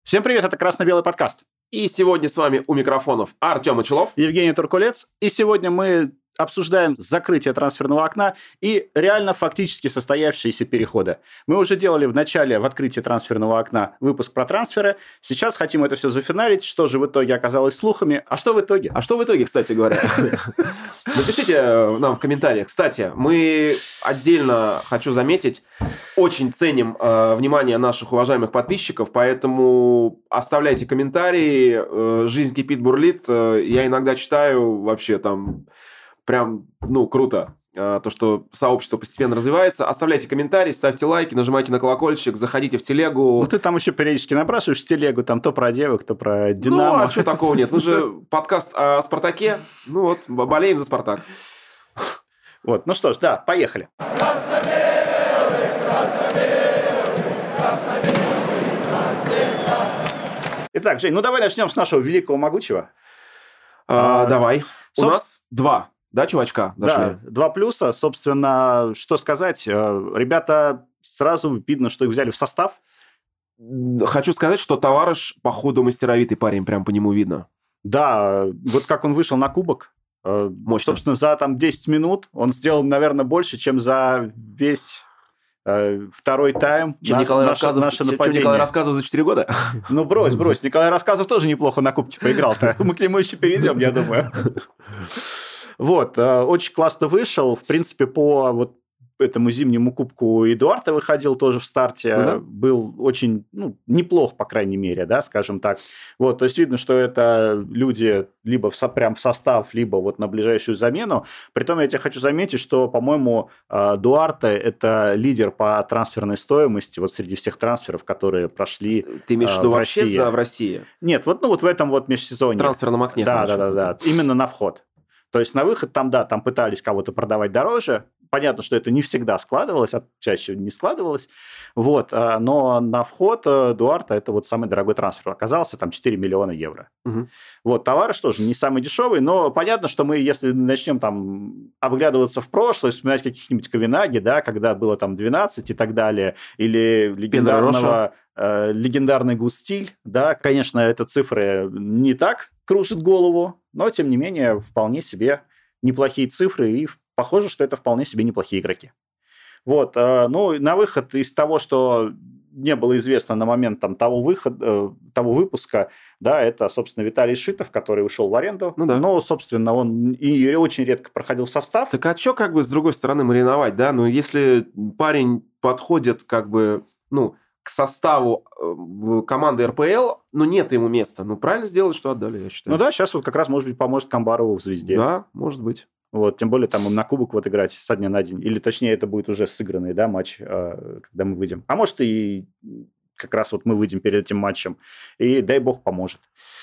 Всем привет, это «Красно-белый подкаст». И сегодня с вами у микрофонов Артем Очелов, Евгений Туркулец. И сегодня мы обсуждаем закрытие трансферного окна и реально фактически состоявшиеся переходы. Мы уже делали в начале, в открытии трансферного окна, выпуск про трансферы. Сейчас хотим это все зафиналить. Что же в итоге оказалось слухами? А что в итоге? Кстати говоря? Напишите нам в комментариях. Кстати, мы отдельно, хочу заметить, очень ценим внимание наших уважаемых подписчиков, поэтому оставляйте комментарии. Жизнь кипит, бурлит. Я иногда читаю вообще там... Прям, круто. То, что сообщество постепенно развивается. Оставляйте комментарии, ставьте лайки, нажимайте на колокольчик, заходите в телегу. Ты там еще периодически набрасываешь в телегу, там то про девок, то про Динамо. А что такого нет? Мы же подкаст о Спартаке. Болеем за Спартак. Ну что ж, да, поехали. Итак, Жень, давай начнем с нашего великого могучего. Давай. У нас 2. Да, чувачка? Дошли? Да, 2 плюса. Собственно, что сказать? Ребята, сразу видно, что их взяли в состав. Хочу сказать, что Тавареш, походу, мастеровитый парень, прям по нему видно. Да, вот как он вышел на кубок. Мощно. Собственно, за 10 минут он сделал, наверное, больше, чем за весь... второй тайм. Чем Николай Рассказов за 4 года? Брось. Николай Рассказов тоже неплохо на кубке поиграл-то. Мы к нему еще перейдем, я думаю. Очень классно вышел. В принципе, по этому зимнему кубку Эдуарда выходил тоже в старте. Был очень неплох, по крайней мере, да, скажем так. То есть видно, что это люди либо прям в состав, либо на ближайшую замену. Притом я тебе хочу заметить, что, по-моему, Дуарте – это лидер по трансферной стоимости среди всех трансферов, которые прошли в России. Ты имеешь в виду вообще в России? Нет, в этом межсезонье. В трансферном окне. Да. Именно на вход. То есть на выход там пытались кого-то продавать дороже. Понятно, что это не всегда складывалось, а чаще не складывалось. Но на вход Дуарте это самый дорогой трансфер оказался, там 4 миллиона евро. Угу. Тавареш тоже не самый дешевый, но понятно, что мы, если начнем обглядываться в прошлое, вспоминать каких-нибудь Ковенаги, да, когда было 12 и так далее, или легендарный Густиль, да, конечно, эти цифры не так кружат голову, но, тем не менее, вполне себе неплохие цифры, и похоже, что это вполне себе неплохие игроки. На выход из того, что не было известно на момент того выпуска, да, это, собственно, Виталий Шитов, который ушел в аренду. Но, собственно, он и очень редко проходил в состав. Так а что, с другой стороны, мариновать, да? Если парень подходит, к составу команды РПЛ, нет ему места. Правильно сделали, что отдали, я считаю. Сейчас как раз, может быть, поможет Камбарову в «Звезде». Да, может быть. Тем более там им на кубок играть со дня на день. Или, точнее, это будет уже сыгранный, да, матч, когда мы выйдем. А может, и как раз мы выйдем перед этим матчем. И дай бог поможет.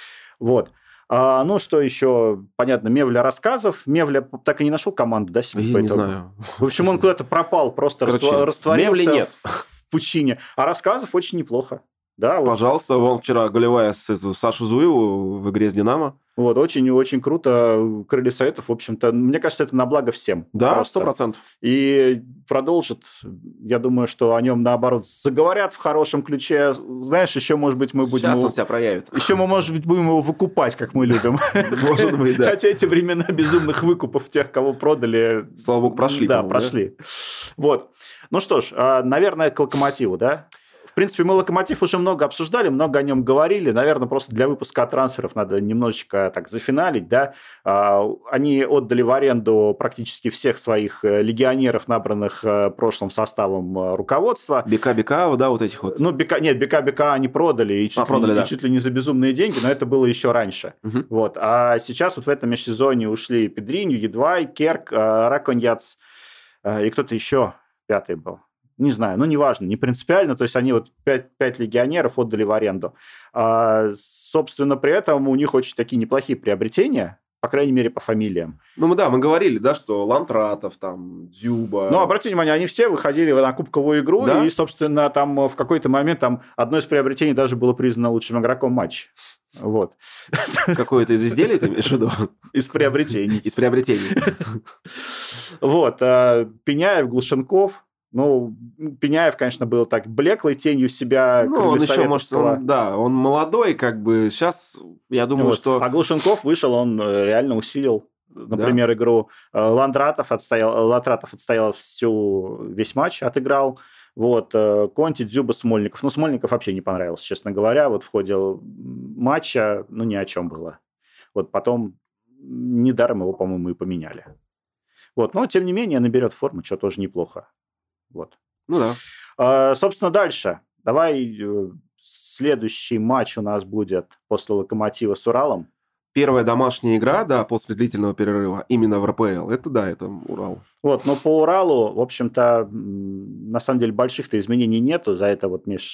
Что еще? Понятно, Мевля Рассказов. Мевля так и не нашел команду, да, себе? Я не знаю. В общем, он куда-то пропал, просто растворился Мевли нет. В пучине. А Рассказов очень неплохо. Да, пожалуйста, вон вчера голевая Сашу Зуеву в игре с «Динамо». Очень круто. Крылья Советов, в общем-то, мне кажется, это на благо всем. Да, 100%. И продолжит. Я думаю, что о нем, наоборот, заговорят в хорошем ключе. Знаешь, еще, может быть, мы будем... Сейчас он себя проявит. Еще мы, может быть, будем его выкупать, как мы любим. Может быть, да. Хотя эти времена безумных выкупов тех, кого продали... Слава богу, прошли. Да, прошли. Что ж, наверное, к «Локомотиву», да? В принципе, мы «Локомотив» уже много обсуждали, много о нем говорили. Наверное, просто для выпуска о трансферах надо немножечко зафиналить. Да? Они отдали в аренду практически всех своих легионеров, набранных прошлым составом руководства. Бека, да, этих Бека они продали, и чуть ли не за безумные деньги, но это было еще раньше. Угу. А сейчас в этом межсезонье ушли Педринью, Едвай, Керк, Раконьяц и кто-то еще, 5-й был. Не знаю, неважно, не принципиально. То есть они 5 легионеров отдали в аренду. Собственно, при этом у них очень такие неплохие приобретения, по крайней мере, по фамилиям. Мы говорили, да, что Лантратов, Дзюба... Обратите внимание, они все выходили на кубковую игру, да? И, собственно, в какой-то момент одно из приобретений даже было признано лучшим игроком матча. Какое-то из изделий, ты имеешь в виду? Из приобретений. Из приобретений. Пеняев, Глушенков... Ну, Пеняев, конечно, был так блеклой тенью себя. Ну, он еще, может, он молодой, как бы. Сейчас, я думаю, что... А Глушенков вышел, он реально усилил, например, игру. Латратов отстоял весь матч, отыграл. Вот, Конти, Дзюба, Смольников. Ну, Смольников вообще не понравился, честно говоря. Вот в ходе матча, ну, ни о чем было. Вот потом недаром его, по-моему, и поменяли. Вот, но, тем не менее, наберет форму, что тоже неплохо. Вот. Ну да. Собственно, дальше. Давай следующий матч у нас будет после «Локомотива» с Уралом. Первая домашняя игра, да, после длительного перерыва, именно в РПЛ. Это Урал. Вот, но по Уралу, в общем-то, на самом деле больших-то изменений нету за это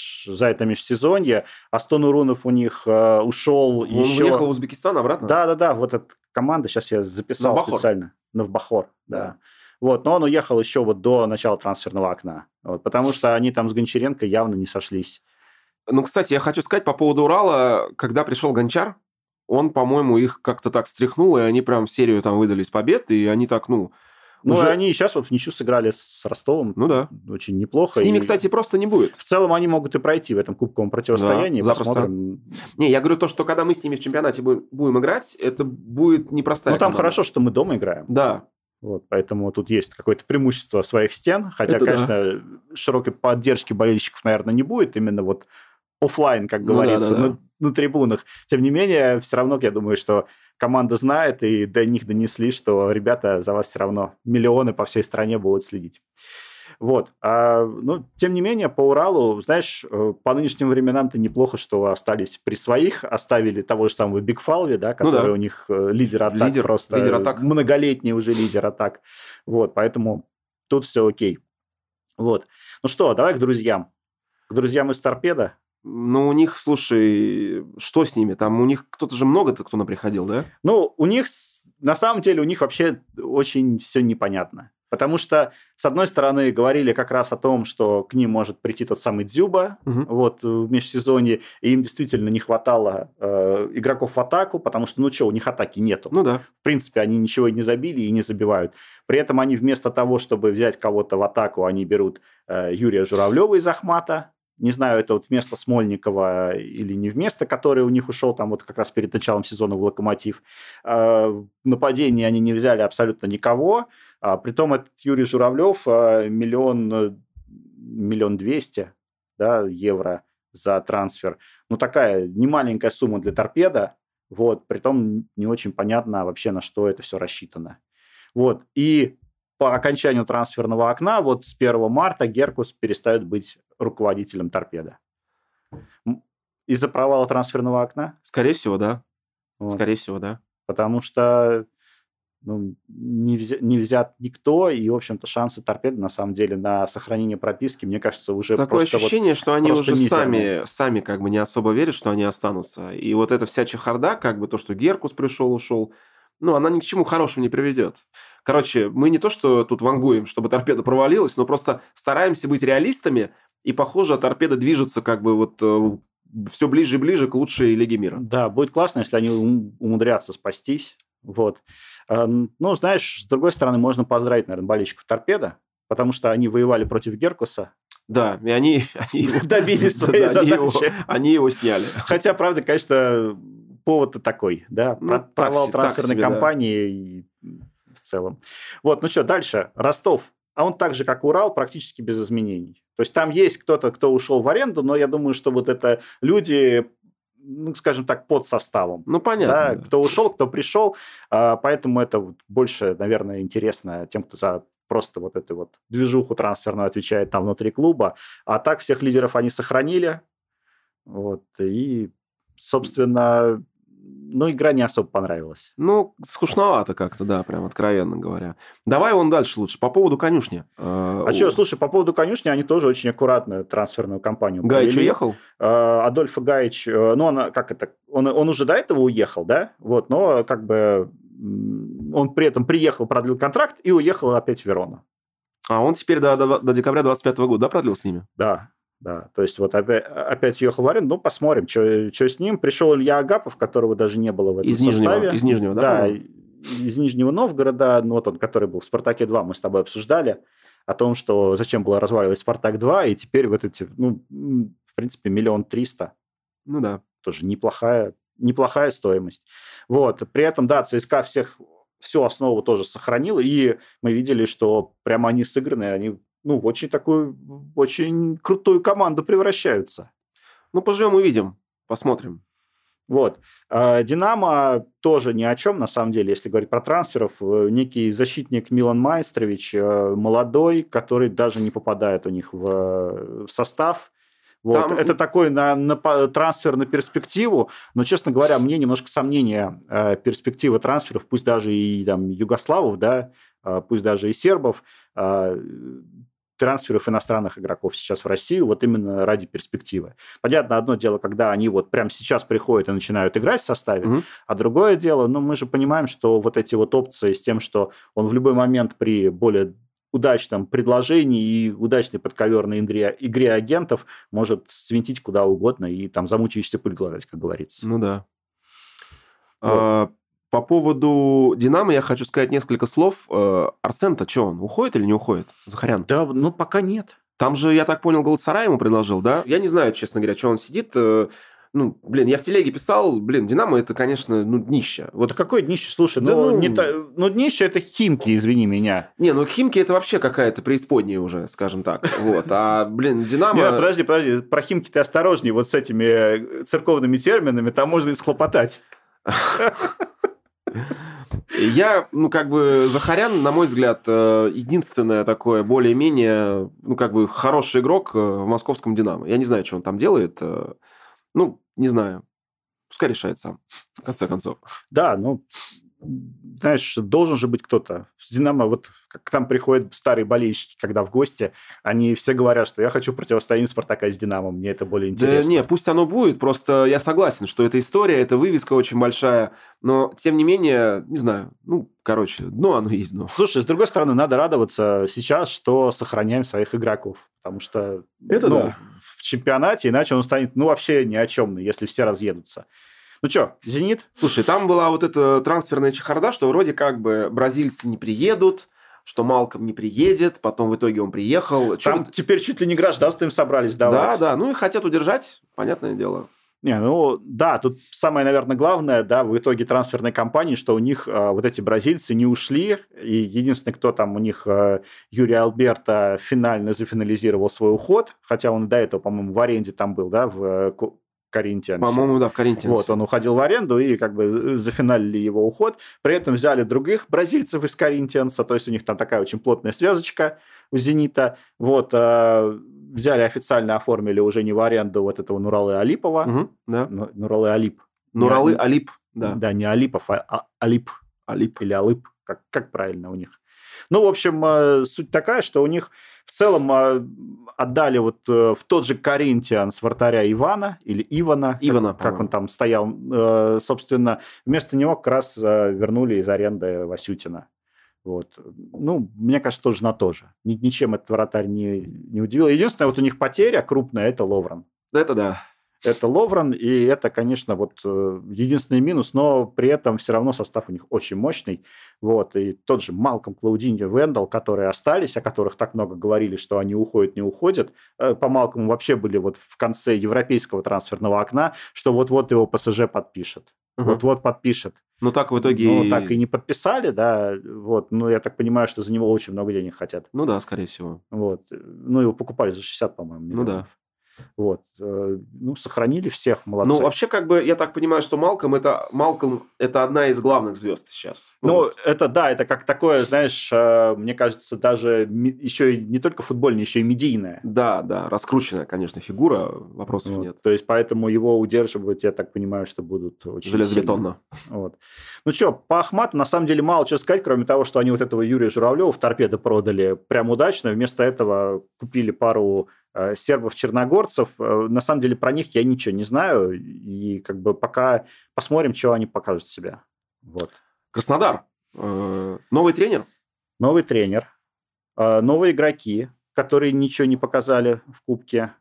межсезонье. Астон Урунов у них ушел Он еще... уехал в Узбекистан обратно? Да, вот эта команда, сейчас я записал специально. Навбахор, да. Вот, но он уехал еще вот до начала трансферного окна. Вот, потому что они там с Гончаренко явно не сошлись. Ну, кстати, я хочу сказать по поводу Урала, когда пришел Гончар, он, по-моему, их как-то так встряхнул, и они прям серию там выдали с побед, и они так, уже... они сейчас вот в ничью сыграли с Ростовом. Ну да. Очень неплохо. С ними, кстати, просто не будет. В целом они могут и пройти в этом кубковом противостоянии. Да, посмотрим. Не, я говорю то, что когда мы с ними в чемпионате будем играть, это будет непростая команда. Хорошо, что мы дома играем. Да. Вот, поэтому тут есть какое-то преимущество своих стен. Хотя, конечно, широкой поддержки болельщиков, наверное, не будет. Именно вот офлайн, как говорится, на трибунах. Тем не менее, все равно, я думаю, что команда знает, и до них донесли, что ребята за вас все равно миллионы по всей стране будут следить. Вот. Но, тем не менее, по Уралу, знаешь, по нынешним временам-то неплохо, что остались при своих, оставили того же самого Бигфалви, да, который у них лидер атак, лидер атак. Многолетний уже лидер атак. Вот, поэтому тут все окей. Вот. Ну что, давай к друзьям. К друзьям из Торпедо. Ну, у них, слушай, что с ними? Там у них кто-то же много-то кто наприходил, да? Ну, у них, на самом деле, у них вообще очень все непонятно. Потому что, с одной стороны, говорили как раз о том, что к ним может прийти тот самый Дзюба вот, в межсезонье, и им действительно не хватало игроков в атаку, потому что, у них атаки нету. Ну да. В принципе, они ничего и не забили, и не забивают. При этом они вместо того, чтобы взять кого-то в атаку, они берут Юрия Журавлева из Ахмата. Не знаю, это вот вместо Смольникова или не вместо, который у них ушел там вот как раз перед началом сезона в «Локомотив». В нападении они не взяли абсолютно никого. Притом этот Юрий Журавлев миллион 200 евро за трансфер. Ну, такая немаленькая сумма для «Торпедо». Вот. Притом не очень понятно вообще, на что это все рассчитано. Вот. И по окончанию трансферного окна, вот с 1 марта Геркус перестает быть руководителем «Торпедо». Из-за провала трансферного окна? Скорее всего, да. Вот. Скорее всего, да. Потому что не взят никто, и, в общем-то, шансы «Торпедо», на самом деле, на сохранение прописки, мне кажется, уже такое просто ощущение, что они уже мизерные. сами как бы не особо верят, что они останутся. И вот эта вся чехарда, как бы то, что Геркус пришел, ушел, она ни к чему хорошему не приведет. Короче, мы не то, что тут вангуем, чтобы «Торпедо» провалилась, но просто стараемся быть реалистами, и, похоже, «Торпедо» движется как бы вот все ближе и ближе к лучшей лиге мира. Да, будет классно, если они умудрятся спастись. Вот. Ну, знаешь, с другой стороны, можно поздравить, наверное, болельщиков «Торпедо», потому что они воевали против Геркуса. Да, и они добились своей задачи. Они его сняли. Хотя, правда, конечно, повод-то такой, да, провал трансферной кампании и в целом. Вот, ну что, дальше. Ростов. А он так же, как Урал, практически без изменений. То есть там есть кто-то, кто ушел в аренду, но я думаю, что вот это люди, скажем так, под составом. Ну, понятно. Да, кто ушел, кто пришел. Поэтому это больше, наверное, интересно тем, кто за просто вот эту вот движуху трансферную отвечает там внутри клуба. А так всех лидеров они сохранили. Вот. И, собственно, игра не особо понравилась. Скучновато как-то, да, прям откровенно говоря. Давай он дальше лучше. По поводу конюшни. Слушай, по поводу конюшни, они тоже очень аккуратную трансферную кампанию провели. Гаич уехал? Адольфо Гаич, он уже до этого уехал, да? Вот, но как бы он при этом приехал, продлил контракт и уехал опять в Верону. А он теперь до декабря 2025 года, да, продлил с ними? Да. То есть вот опять уехал в аренду, посмотрим, что с ним. Пришел Илья Агапов, которого даже не было в этом составе. Из Нижнего, да? Да, из Нижнего Новгорода, вот он, который был в «Спартаке-2», мы с тобой обсуждали. о том, что зачем было разваливать «Спартак-2», и теперь вот эти, в принципе, 1 300 000. Ну да. Тоже неплохая стоимость. Вот. При этом, да, ЦСКА всю основу тоже сохранил, и мы видели, что прямо они сыграны, они в очень крутую команду превращаются. Поживем, увидим, посмотрим. Вот. «Динамо» тоже ни о чем, на самом деле, если говорить про трансферов. Некий защитник Милан Майстрович, молодой, который даже не попадает у них в состав. Вот. Это такой трансфер на перспективу, но, честно говоря, мне немножко сомнения перспективы трансферов, пусть даже и там югославов, да, пусть даже и сербов, трансферов иностранных игроков сейчас в Россию, вот именно ради перспективы. Понятно, одно дело, когда они вот прямо сейчас приходят и начинают играть в составе, а другое дело, мы же понимаем, что вот эти вот опции с тем, что он в любой момент при более удачном предложении и удачной подковерной игре агентов может свинтить куда угодно и там замучаешься пыль глотать, как говорится. Ну да. Вот. По поводу «Динамо» я хочу сказать несколько слов. Арсен-то что, он уходит или не уходит? Захарян? Да, пока нет. Там же, я так понял, Галатасарай ему предложил, да? Я не знаю, честно говоря, что он сидит. Я в телеге писал, «Динамо» это, конечно, днище. Вот. Да какое днище? Слушай, днище это Химки, извини меня. Химки это вообще какая-то преисподняя уже, скажем так. Вот. А, «Динамо»... Нет, подожди, про Химки ты осторожней, вот с этими церковными терминами там можно и схлопотать. Я, Захарян, на мой взгляд, единственное такое более-менее, хороший игрок в московском «Динамо». Я не знаю, что он там делает. Не знаю. Пускай решает сам, в конце концов. Да, знаешь, должен же быть кто-то. В «Динамо», вот как там приходят старые болельщики, когда в гости, они все говорят, что я хочу противостояние «Спартака» с «Динамо», мне это более интересно. Да не, пусть оно будет, просто я согласен, что это история, это вывеска очень большая, но, тем не менее, не знаю, оно есть дно. Слушай, с другой стороны, надо радоваться сейчас, что сохраняем своих игроков, потому что в чемпионате, иначе он станет, вообще ни о чем, если все разъедутся. «Зенит»? Слушай, там была вот эта трансферная чехарда, что вроде как бы бразильцы не приедут, что Малком не приедет, потом в итоге он приехал. Там теперь чуть ли не гражданство им собрались давать. Да, и хотят удержать, понятное дело. Тут самое, наверное, главное, в итоге трансферной кампании, что у них вот эти бразильцы не ушли, и единственный, кто там у них, Юрий Альберто, финально зафинализировал свой уход, хотя он до этого, по-моему, в аренде там был, в Коринтиансе. По-моему, да, в Коринтиансе. Вот, он уходил в аренду, и зафиналили его уход. При этом взяли других бразильцев из Коринтианса, то есть у них там такая очень плотная связочка у «Зенита». Вот, взяли официально, оформили уже не в аренду вот этого Нуралы Алипова. Да. Нуралы Алип. Нуралы Алип, да. Да, не Алипов, а Алип. Алип. Или Алып, как правильно у них. В общем, суть такая, что у них в целом отдали в тот же Коринтианс вратаря Ивана, или Ивана, как он там стоял. Собственно, вместо него как раз вернули из аренды Васютина. Вот. Мне кажется, тоже на то же. Ничем этот вратарь не удивил. Единственное, у них потеря крупная – это Ловрен. Это да. Это Ловрен, и это, конечно, единственный минус, но при этом все равно состав у них очень мощный. Вот. И тот же Малком, Клаудиньо, Вендел, которые остались, о которых так много говорили, что они уходят, не уходят. По Малкому вообще были в конце европейского трансферного окна, что вот-вот его ПСЖ подпишет. Вот-вот подпишет. Так в итоге... так и не подписали, да. Вот. Я так понимаю, что за него очень много денег хотят. Да, скорее всего. Вот. Его покупали за 60, по-моему, миллионов. Да. Вот. Сохранили всех, молодцы. Вообще, я так понимаю, что Малком это одна из главных звезд сейчас. Это как такое, знаешь, мне кажется, даже еще и не только футбольная, еще и медийная. Да, раскрученная, конечно, фигура, вопросов нет. То есть, поэтому его удерживать, я так понимаю, что будут очень железобетонно. Вот. По Ахмату, на самом деле, мало чего сказать, кроме того, что они этого Юрия Журавлева в «Торпедо» продали прям удачно, вместо этого купили пару сербов-черногорцев. На самом деле про них я ничего не знаю. И пока посмотрим, что они покажут себя. Вот. Краснодар. Новый тренер? Новый тренер. Новые игроки, которые ничего не показали в Кубке.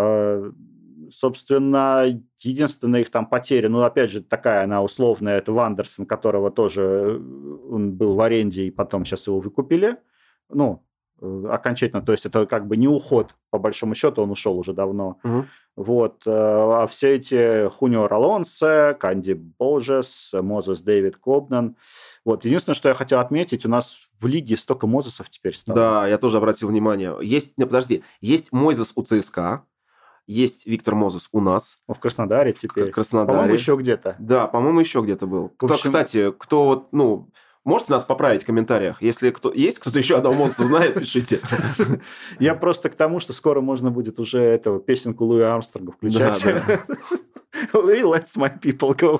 Собственно, единственная их там потеря, опять же, такая она условная, это Вандерсон, которого тоже он был в аренде, и потом сейчас его выкупили. окончательно. То есть это как бы не уход, по большому счету, он ушел уже давно. Мгм. Вот. А все эти Хуниор Алонсо, Канди Боджес, Мозес Дэвид Кобнан. Вот. Единственное, что я хотел отметить, у нас в лиге столько Мозесов теперь стало. Да, я тоже обратил внимание. Есть Мойзес у ЦСКА, есть Виктор Мозес у нас. В Краснодаре теперь. В Краснодаре. По-моему, еще где-то. Да, по-моему, еще где-то был. Кстати, кто можете нас поправить в комментариях? Если есть кто-то еще одного Мозеса знает, пишите. Я просто к тому, что скоро можно будет уже эту песенку Луи Армстронга включать. We let my people go.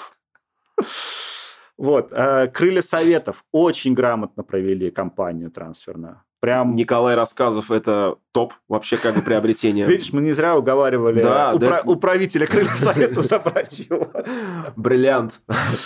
Вот. Крылья Советов очень грамотно провели кампанию трансферную. Прям... Николай Рассказов – это топ вообще как бы приобретение. Видишь, мы не зря уговаривали управителя Крыльев Советов забрать его. Бриллиант.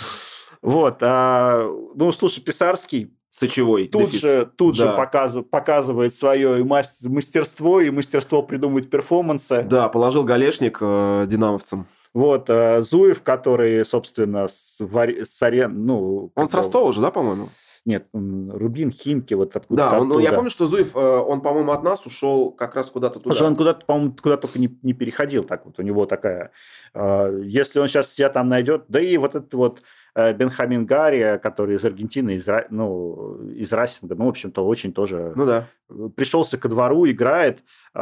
Вот. Ну, слушай, Писарский Сычевой. Тут же показывает свое мастерство и мастерство придумывать перформансы. Да, положил галешник динамовцам. Вот, Зуев, который, собственно, с Арен... Он с Ростова же, да, по-моему? Нет, Рубин, Химки, вот откуда-то. Да, я помню, что Зуев, он, по-моему, от нас ушел как раз куда-то туда. Он куда-то, по-моему, куда только не переходил. Так вот, у него такая... Если он сейчас себя там найдет... Да и вот этот вот Бенхамин Гарри, который из Аргентины, из Расинга, в общем-то, очень тоже... Пришелся ко двору, играет.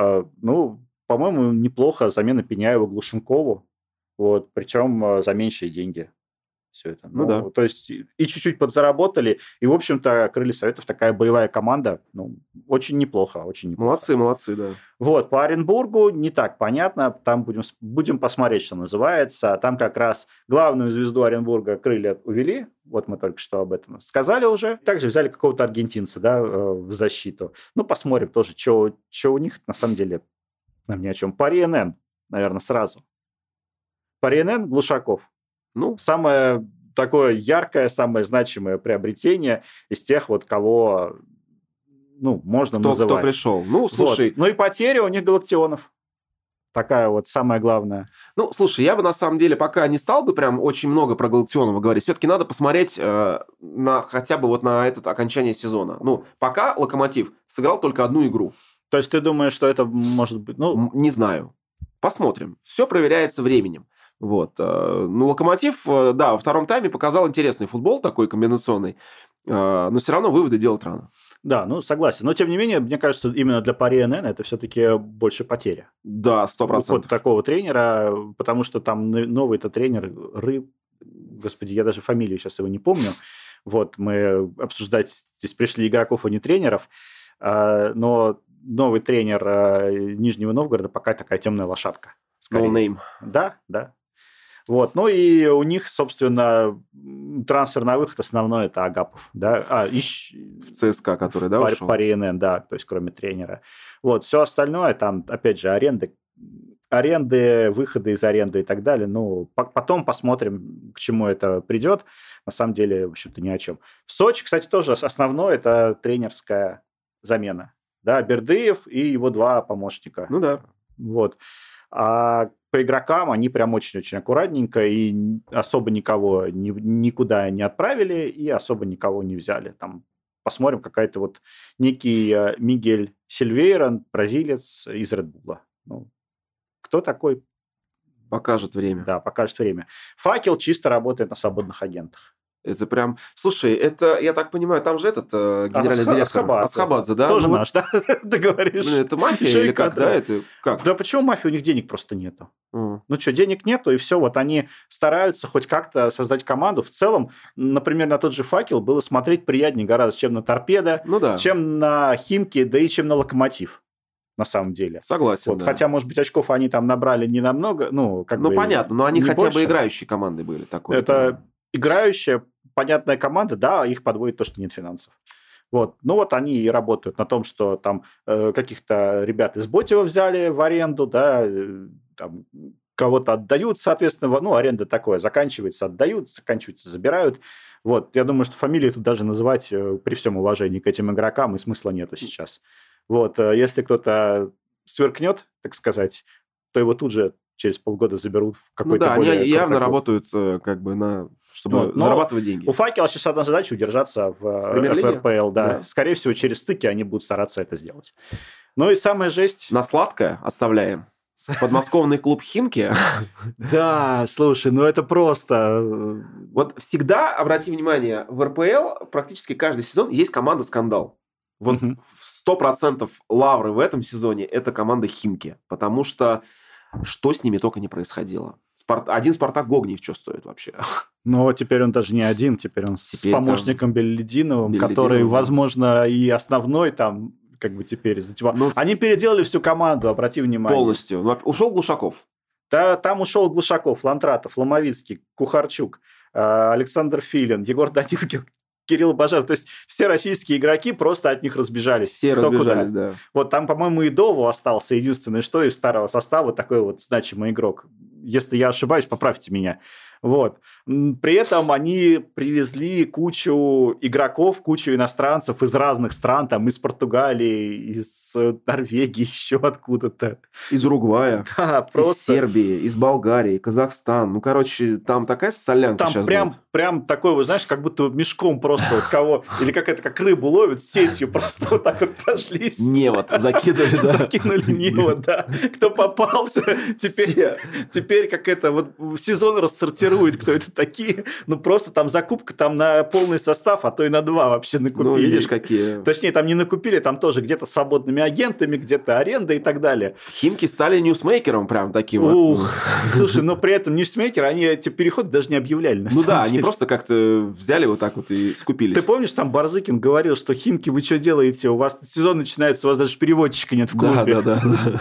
По-моему, неплохо замена Пеняева Глушенкову. Вот, причем за меньшие деньги. Все это. То есть и чуть-чуть подзаработали. И, в общем-то, Крылья Советов такая боевая команда. Очень неплохо, очень неплохо. Молодцы, да. Вот, по Оренбургу не так понятно. Там будем посмотреть, что называется. Там как раз главную звезду Оренбурга Крылья увели. Вот мы только что об этом сказали уже. Также взяли какого-то аргентинца, да, в защиту. Посмотрим тоже, что у них. На самом деле, нам ни о чем. По РНН, наверное, сразу. По РНН Глушаков. Самое такое яркое, самое значимое приобретение из тех, вот кого можно называть. Кто пришел. Слушай... Вот. И потеря у них Галактионов. Такая вот самая главная. Слушай, я бы на самом деле пока не стал бы прям очень много про Галактионова говорить. Все-таки надо посмотреть хотя бы вот на это окончание сезона. Пока Локомотив сыграл только одну игру. То есть ты думаешь, что это может быть... Не знаю. Посмотрим. Все проверяется временем. Вот. Локомотив, да, во втором тайме показал интересный футбол, такой комбинационный, но все равно выводы делать рано. Да, согласен. Но, тем не менее, мне кажется, именно для Пари НН это все-таки больше потеря. Да, 100%. Вот такого тренера, потому что там новый-то тренер, господи, я даже фамилию сейчас его не помню. Вот, мы обсуждать здесь пришли игроков, а не тренеров, но новый тренер Нижнего Новгорода пока такая темная лошадка. No name. Да. Вот. И у них, собственно, трансфер на выход основной – это Агапов. Да? В ЦСКА, который, ушел? По РНН, да, то есть кроме тренера. Вот. Все остальное, там, опять же, аренды, выходы из аренды и так далее. Потом посмотрим, к чему это придет. На самом деле, в общем-то, ни о чем. В Сочи, кстати, тоже основное – это тренерская замена. Да, Бердыев и его два помощника. Да. Вот. А по игрокам они прям очень-очень аккуратненько и особо никого никуда не отправили и особо никого не взяли. Там посмотрим, какая-то вот некий Мигель Сильвейра, бразилец из Редбула. Кто такой? Покажет время. Да, покажет время. Факел чисто работает на свободных агентах. Это прям... Слушай, это, я так понимаю, там же этот генеральный директор Асхабадзе, да? Тоже наш, да? Ты говоришь. Это мафия или как, да? Это как? Да почему мафия? У них денег просто нету. Денег нету, и все. Вот они стараются хоть как-то создать команду. В целом, например, на тот же «Факел» было смотреть приятнее гораздо, чем на «Торпедо», чем на «Химки», да и чем на «Локомотив». На самом деле. Согласен, вот, да. Хотя, может быть, очков они там набрали не намного, понятно, но они хотя больше. бы играющие команды были. Это играющая, понятная команда, да, их подводит то, что нет финансов. Вот. Они и работают на том, что там каких-то ребят из Ботева взяли в аренду, да, там кого-то отдают, соответственно, аренда такое, заканчивается, отдают, заканчивается, забирают. Вот. Я думаю, что фамилии тут даже называть при всем уважении к этим игрокам и смысла нету сейчас. Вот. Если кто-то сверкнет, так сказать, то его тут же через полгода заберут в какой-то более... они явно работают чтобы зарабатывать деньги. У «Факела» сейчас одна задача удержаться в РПЛ. Да. Скорее всего, через стыки они будут стараться это сделать. Ну и самая жесть... На сладкое оставляем. Подмосковный клуб «Химки». Да, слушай, ну это просто... Вот всегда, обрати внимание, в РПЛ практически каждый сезон есть команда-скандал. Вот 100% лавры в этом сезоне это команда «Химки». Потому что с ними только не происходило. Один «Спартак» Гогниев что стоит вообще? Ну, теперь он даже не один, теперь он с помощником Беллидиновым, который, возможно, и основной там... как бы теперь они переделали всю команду, обрати внимание. Полностью. Ушел Глушаков. Да, там ушел Глушаков, Лантратов, Ломовицкий, Кухарчук, Александр Филин, Егор Данилкин, Кирилл Бажаров. То есть все российские игроки просто от них разбежались. Все разбежались, да. Вот там, по-моему, и Дову остался единственное, что из старого состава такой вот значимый игрок. Если я ошибаюсь, поправьте меня. Вот. При этом они привезли кучу игроков, кучу иностранцев из разных стран, там из Португалии, из Норвегии, еще откуда-то. Из Уругвая, да, просто... из Сербии, из Болгарии, Казахстан. Ну, короче, там такая солянка там сейчас прям такой, вы знаешь, как будто мешком просто вот кого... Или как рыбу ловят, сетью просто вот так вот прошлись. Невод закидывали, да. Закинули невод, да. Кто попался, теперь как это, вот сезон рассортирует, кто это такие. Ну, просто там закупка там на полный состав, а то и на 2 вообще накупили. Ну, видишь, какие. Точнее, там не накупили, там тоже где-то свободными агентами, где-то аренда и так далее. Химки стали ньюсмейкером прям таким. Ух, слушай, но при этом ньюсмейкеры, они эти переходы даже не объявляли. Ну да, они просто как-то взяли вот так вот и скупились. Ты помнишь, там Барзыкин говорил, что Химки, вы что делаете? У вас сезон начинается, у вас даже переводчика нет в клубе. Да.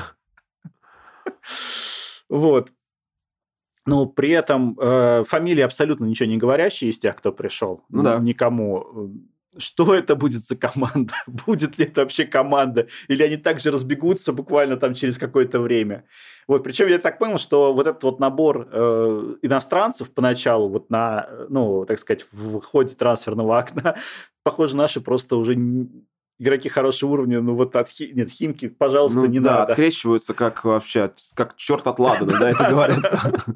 Вот. Но при этом фамилии абсолютно ничего не говорящие из тех, кто пришел. Ну да. Никому. Что это будет за команда? Будет ли это вообще команда? Или они также разбегутся буквально там через какое-то время? Вот. Причем я так понял, что вот этот вот набор иностранцев поначалу, вот на, ну, так сказать, в ходе трансферного окна, похоже, наши просто уже... игроки хорошего уровня, ну вот нет, Химки, пожалуйста, не надо. Да, открещиваются как вообще, как черт от Ладана, да, это говорят.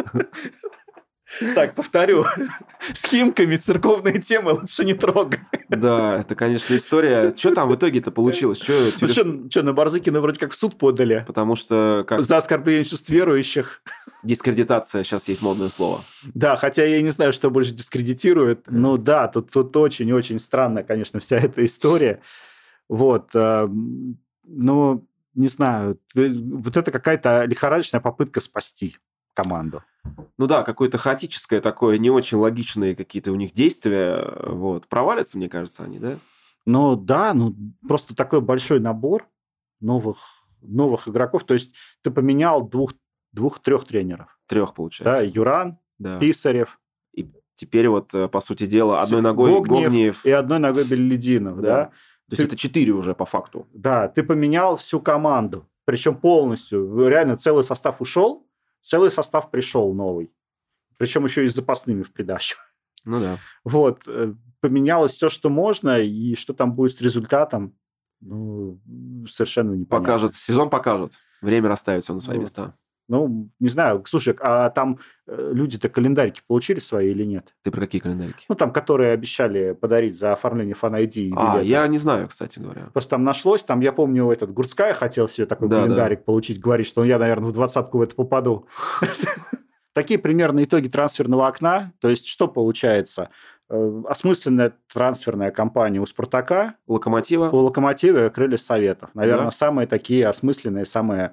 Так, повторю, с Химками церковные темы лучше не трогай. Да, это, конечно, история. Что там в итоге-то получилось? Что, на Барзыкина вроде как в суд подали? Потому что... За оскорбление чувств верующих. Дискредитация, сейчас есть модное слово. Да, хотя я не знаю, что больше дискредитирует. Ну да, тут очень-очень странная, конечно, вся эта история. Вот, ну, не знаю, вот это какая-то лихорадочная попытка спасти команду. Ну да, какое-то хаотическое такое, не очень логичные какие-то у них действия, вот, провалятся, мне кажется, они, да? Ну да, просто такой большой набор новых игроков, то есть ты поменял двух-трех тренеров. 3, получается. Да, Юран, Писарев. И теперь вот, по сути дела, одной ногой Гогниев. И одной ногой Беллидинов, да. То есть это 4 уже по факту. Да, ты поменял всю команду, причем полностью. Реально целый состав ушел, целый состав пришел новый. Причем еще и с запасными в придачу. Ну да. Вот, поменялось все, что можно, и что там будет с результатом, ну, совершенно непонятно. Сезон покажет. Время расставит все на свои места. Ну, не знаю. Слушай, а там люди-то календарики получили свои или нет? Ты про какие календарики? Ну, там, которые обещали подарить за оформление фан-ID. Я не знаю, кстати говоря. Просто там нашлось, там, я помню, Гурцкая хотел себе такой календарик получить, говорит, что я, наверное, в 20-ку в это попаду. Такие примерно итоги трансферного окна. То есть, что получается? Осмысленная трансферная кампания у «Спартака». У «Локомотива» крылья Советов. Наверное, самые такие осмысленные, самые...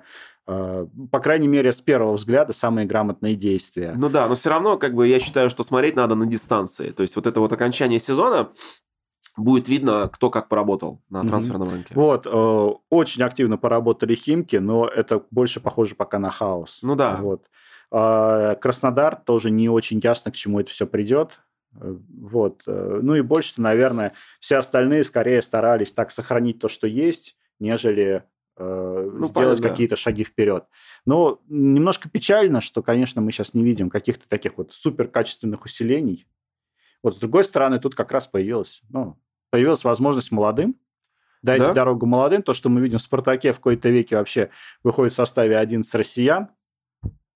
по крайней мере, с первого взгляда, самые грамотные действия. Ну да, но все равно, я считаю, что смотреть надо на дистанции. То есть, вот это вот окончание сезона будет видно, кто как поработал на трансферном рынке. Вот, очень активно поработали Химки, но это больше похоже пока на хаос. Ну да. Вот. Краснодар тоже не очень ясно, к чему это все придет. Вот. Ну и больше-то, наверное, все остальные скорее старались так сохранить то, что есть, нежели... сделать какие-то шаги вперед. Но немножко печально, что, конечно, мы сейчас не видим каких-то таких вот суперкачественных усилений. Вот с другой стороны, тут как раз появилась возможность молодым дать дорогу молодым. То, что мы видим в «Спартаке» в какой-то веке вообще выходит в составе 11 россиян.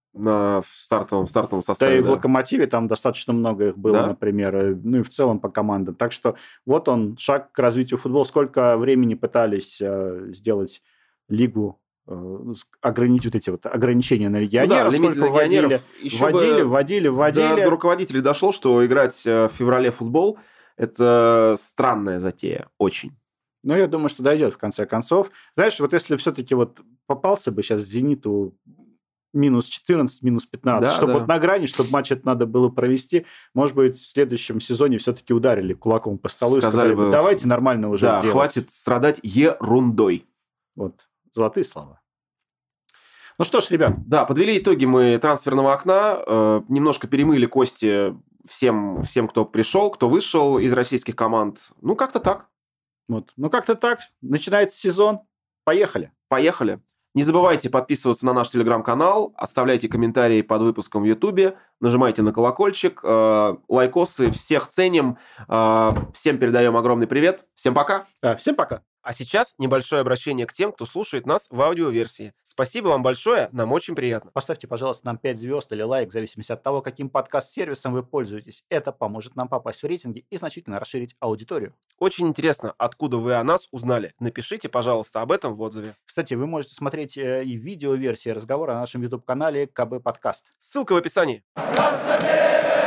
в стартовом Да составе. и в «Локомотиве» там достаточно много их было, например, ну и в целом по командам. Так что вот он, шаг к развитию футбола. Сколько времени пытались сделать лигу, ограничить вот эти вот ограничения на легионеров, лимит сколько легионеров. вводили. До руководителей дошло, что играть в феврале в футбол – это странная затея, очень. Ну, я думаю, что дойдет в конце концов. Знаешь, вот если все-таки вот попался бы сейчас «Зениту» минус 14, минус 15, чтобы вот на грани, чтобы матч это надо было провести, может быть, в следующем сезоне все-таки ударили кулаком по столу и сказали бы, давайте нормально уже делать. Хватит страдать ерундой. Вот, золотые слова. Ну что ж, ребят. Да, подвели итоги мы трансферного окна, немножко перемыли кости всем, кто пришел, кто вышел из российских команд. Ну, как-то так. Вот. Ну, как-то так. Начинается сезон. Поехали. Поехали. Не забывайте подписываться на наш телеграм-канал, оставляйте комментарии под выпуском в Ютубе, нажимайте на колокольчик, лайкосы, всех ценим, всем передаем огромный привет, всем пока. Всем пока. А сейчас небольшое обращение к тем, кто слушает нас в аудиоверсии. Спасибо вам большое, нам очень приятно. Поставьте, пожалуйста, нам 5 звезд или лайк, в зависимости от того, каким подкаст-сервисом вы пользуетесь. Это поможет нам попасть в рейтинги и значительно расширить аудиторию. Очень интересно, откуда вы о нас узнали. Напишите, пожалуйста, об этом в отзыве. Кстати, вы можете смотреть и видеоверсии разговора на нашем YouTube-канале КБ Подкаст. Ссылка в описании.